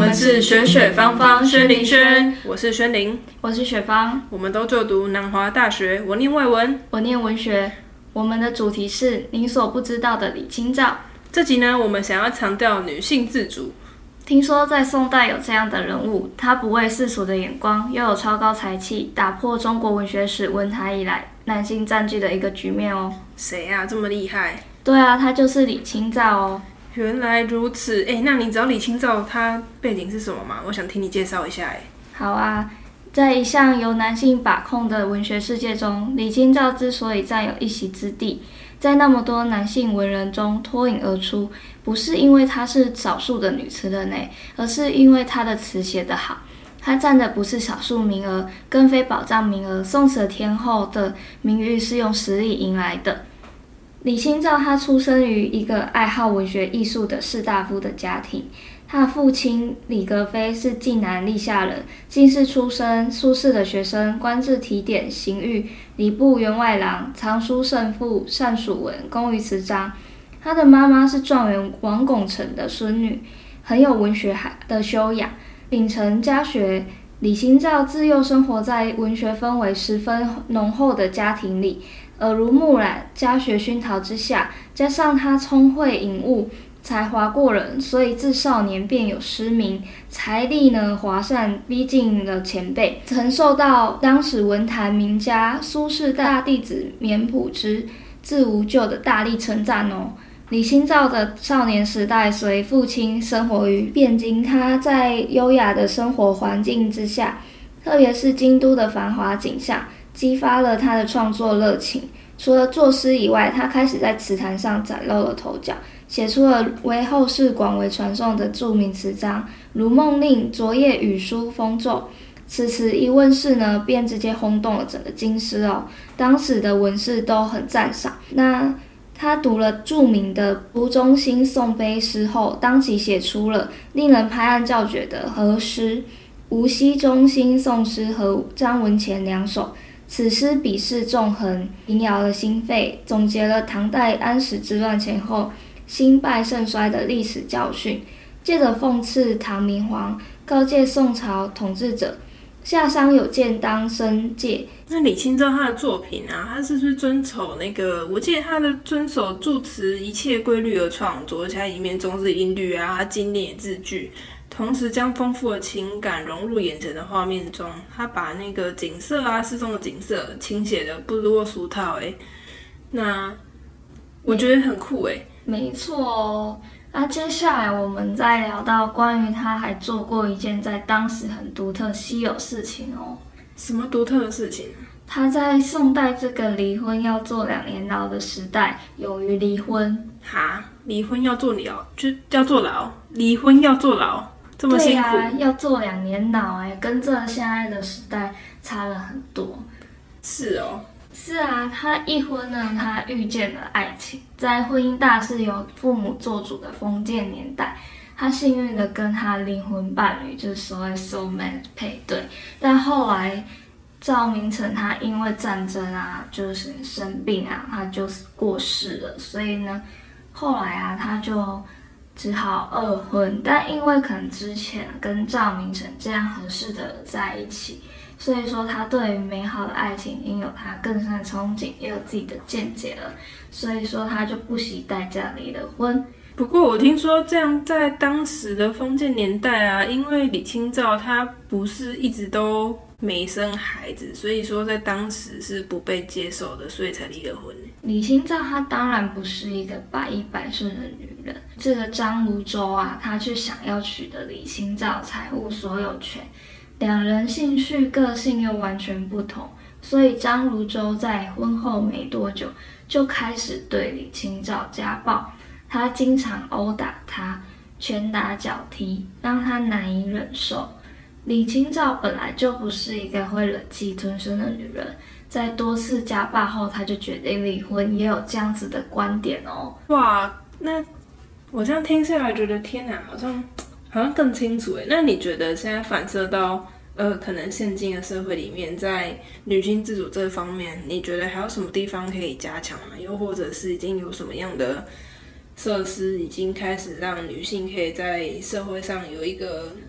们是雪雪芳芳轩林轩， 我是轩林， 我是雪芳， 我们都就读南华大学，我念外文， 我念文学。我们的主题是你所不知道的李清照。 这集呢，我们想要强调女性自主。 听说在宋代有这样的人物，他不畏世俗的眼光，又有超高才气，打破中国文学史文坛以来男性占据的一个局面哦。 谁啊，这么厉害？ 对啊，他就是李清照哦。 原来如此，那你知道李清照她背景是什么吗？我想听你介绍一下。 好啊，在一向由男性把控的文学世界中，李清照之所以占有一席之地，在那么多男性文人中脱颖而出，不是因为她是少数的女词人而是因为她的词写得好。她占的不是少数名额，更非保障名额，宋词天后的名誉是用实力赢来的。李清照她出生于一个爱好文学艺术的士大夫的家庭，她的父亲李格非是晋南历下人，进士出身，苏轼的学生，官至提点、刑狱、礼部员外郎、藏书圣赋、善属文，工于词章。她的妈妈是状元王拱辰的孙女，很有文学的修养，秉承家学。李清照自幼生活在文学氛围十分浓厚的家庭里，耳濡目染，家学熏陶之下，加上她聪慧颖悟，才华过人，所以自少年便有诗名，才力呢华善，逼近了前辈，曾受到当时文坛名家苏轼大弟子绵朴之自无咎的大力称赞哦。李清照的少年时代随父亲生活于汴京，他在优雅的生活环境之下，特别是京都的繁华景象，激发了他的创作热情。除了作诗以外，他开始在词坛上崭露了头角，写出了为后世广为传颂的著名词章，如《梦令》《昨夜雨书风骤》。此词一问世呢，便直接轰动了整个京师哦。当时的文士都很赞赏。那他读了著名的吴中兴宋碑诗后，当即写出了令人拍案叫绝的和诗《无锡中兴宋诗》和张文前两首。此诗笔势纵横，萦绕了心肺，总结了唐代安史之乱前后兴败盛衰的历史教训，借着讽刺唐明皇，告诫宋朝统治者下商有鉴当申诫。 那李清照她的作品啊，她是不是遵守那个？我记得她的遵守助词一切规律而创作，而且它里面重视音律啊，精炼字句，同时将丰富的情感融入眼前的画面中。她把那个景色啊，诗中的景色倾写的不落俗套那我觉得很酷没错哦。那接下来我们再聊到关于他还做过一件在当时很独特稀有事情哦。 什么独特的事情？ 他在宋代这个离婚要坐2年牢的时代，勇于离婚。 哈，离婚要坐牢，就要坐牢？离婚要坐牢，这么辛苦？ 对啊，要坐2年牢跟这现在的时代差了很多。 是哦。 是啊，他一婚呢，他遇见了爱情，在婚姻大事由父母做主的封建年代，他幸运的跟他灵魂伴侣，就是所谓 soulmate 配对。但后来赵明诚他因为战争啊，就是生病啊，他就过世了，所以呢，后来啊，他就只好2婚。但因为可能之前跟赵明诚这样合适的人在一起，所以说他对于美好的爱情应有他更深的憧憬，也有自己的见解了，所以说他就不惜代价离了婚。 不过我听说这样在当时的封建年代啊，因为李清照她不是一直都没生孩子，所以说在当时是不被接受的，所以才离了婚。 李清照她当然不是一个百依百顺的女人，这个张如舟啊，他却想要取得李清照财务所有权，两人兴趣个性又完全不同，所以张如舟在婚后没多久就开始对李清照家暴，他经常殴打她，拳打脚踢，让她难以忍受。李清照本来就不是一个会忍气吞声的女人，在多次家暴后，她就决定离婚，也有这样子的观点哦。 哇，那我这样听下来觉得天哪，好像更清楚那你觉得现在反射到可能现今的社会里面，在女性自主这方面，你觉得还有什么地方可以加强吗？又或者是已经有什么样的设施已经开始让女性可以在社会上有一个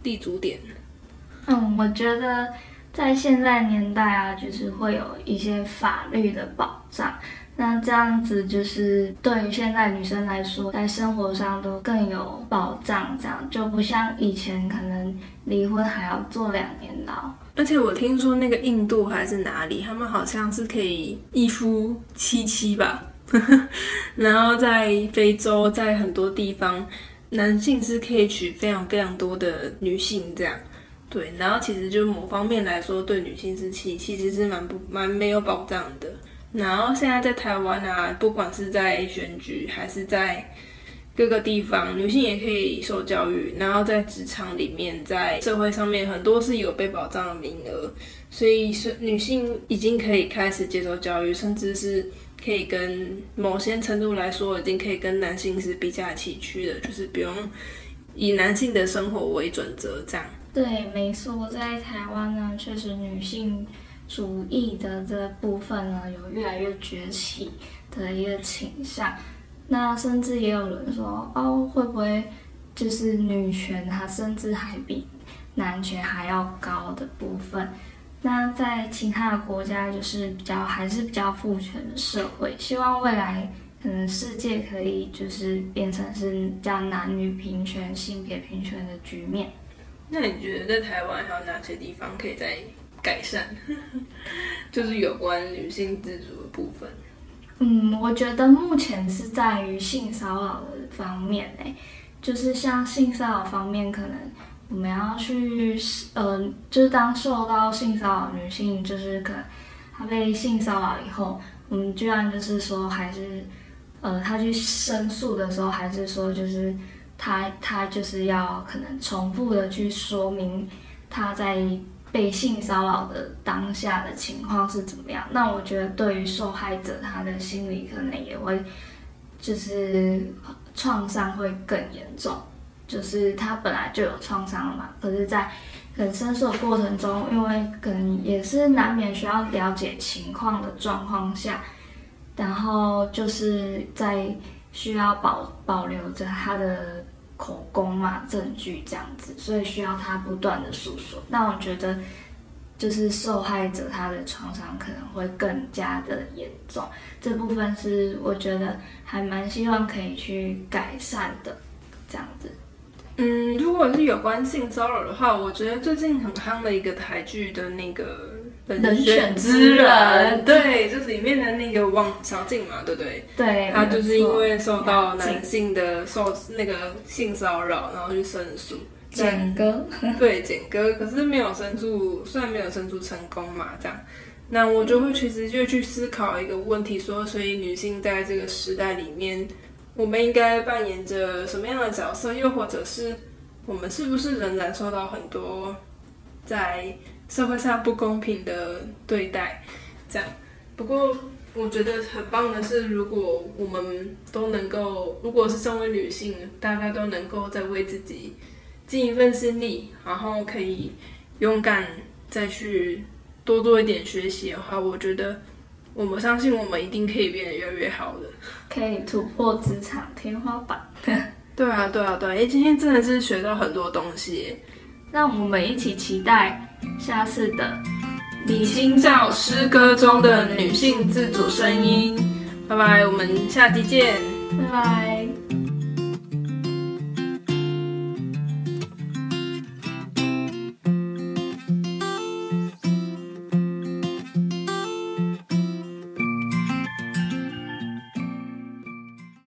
立足点？ 我觉得在现在年代啊，就是会有一些法律的保障。那这样子就是对于现在女生来说，在生活上都更有保障，这样就不像以前可能离婚还要坐2年牢。 而且我听说那个印度还是哪里，他们好像是可以一夫七妻吧，然后在非洲，在很多地方，男性是可以娶非常非常多的女性这样。对，然后其实就某方面来说，对女性是其实是蛮没有保障的。然后现在在台湾啊，不管是在选举还是在各个地方，女性也可以受教育，然后在职场里面，在社会上面很多是有被保障的名额，所以女性已经可以开始接受教育，甚至是可以跟某些程度来说，已经可以跟男性是比较崎岖的，就是不用以男性的生活为准则这样。 对，没错，在台湾呢，确实女性主义的这部分呢，有越来越崛起的一个倾向。那甚至也有人说，会不会就是女权它甚至还比男权还要高的部分？那在其他的国家就是还是比较父权的社会，希望未来可能世界可以就是变成是这样男女平权、性别平权的局面。 那你觉得在台湾还有哪些地方可以再改善？就是有关女性自主的部分。 我觉得目前是在于性骚扰的方面就是像性骚扰方面，可能我们要去就是当受到性骚扰女性，就是可能她被性骚扰以后，我们居然就是说还是她去申诉的时候，还是说就是她就是要可能重复的去说明她在被性骚扰的当下的情况是怎么样。那我觉得对于受害者，他的心理可能也会就是创伤会更严重，就是他本来就有创伤了嘛，可是在可能申诉的过程中，因为可能也是难免需要了解情况的状况下，然后就是在需要保留着他的口供嘛、证据这样子，所以需要他不断的诉说。那我觉得就是受害者他的创伤可能会更加的严重，这部分是我觉得还蛮希望可以去改善的这样子。 如果是有关性骚扰的话，我觉得最近很夯的一个台剧的那个人选之人， 对，就是里面的那个王小静嘛，对不对？ 对， 他就是因为受到男性的那个性骚扰，然后去申诉。 简哥， 对，简哥，可是没有申诉，虽然没有申诉成功嘛，这样，那我就会其实就去思考一个问题说，所以女性在这个时代里面，我们应该扮演着什么样的角色？又或者是我们是不是仍然受到很多在社会上不公平的对待？这样，不过我觉得很棒的是，如果我们都能够，如果是身为女性，大家都能够再为自己尽一份心力，然后可以勇敢再去多做一点学习的话，我觉得我们相信我们一定可以变得越来越好的， 可以突破职场天花板。 对啊，今天真的是学到很多东西耶。 让我们一起期待下次的李清照诗歌中的女性自主声音。拜拜，我们下集见。 拜拜。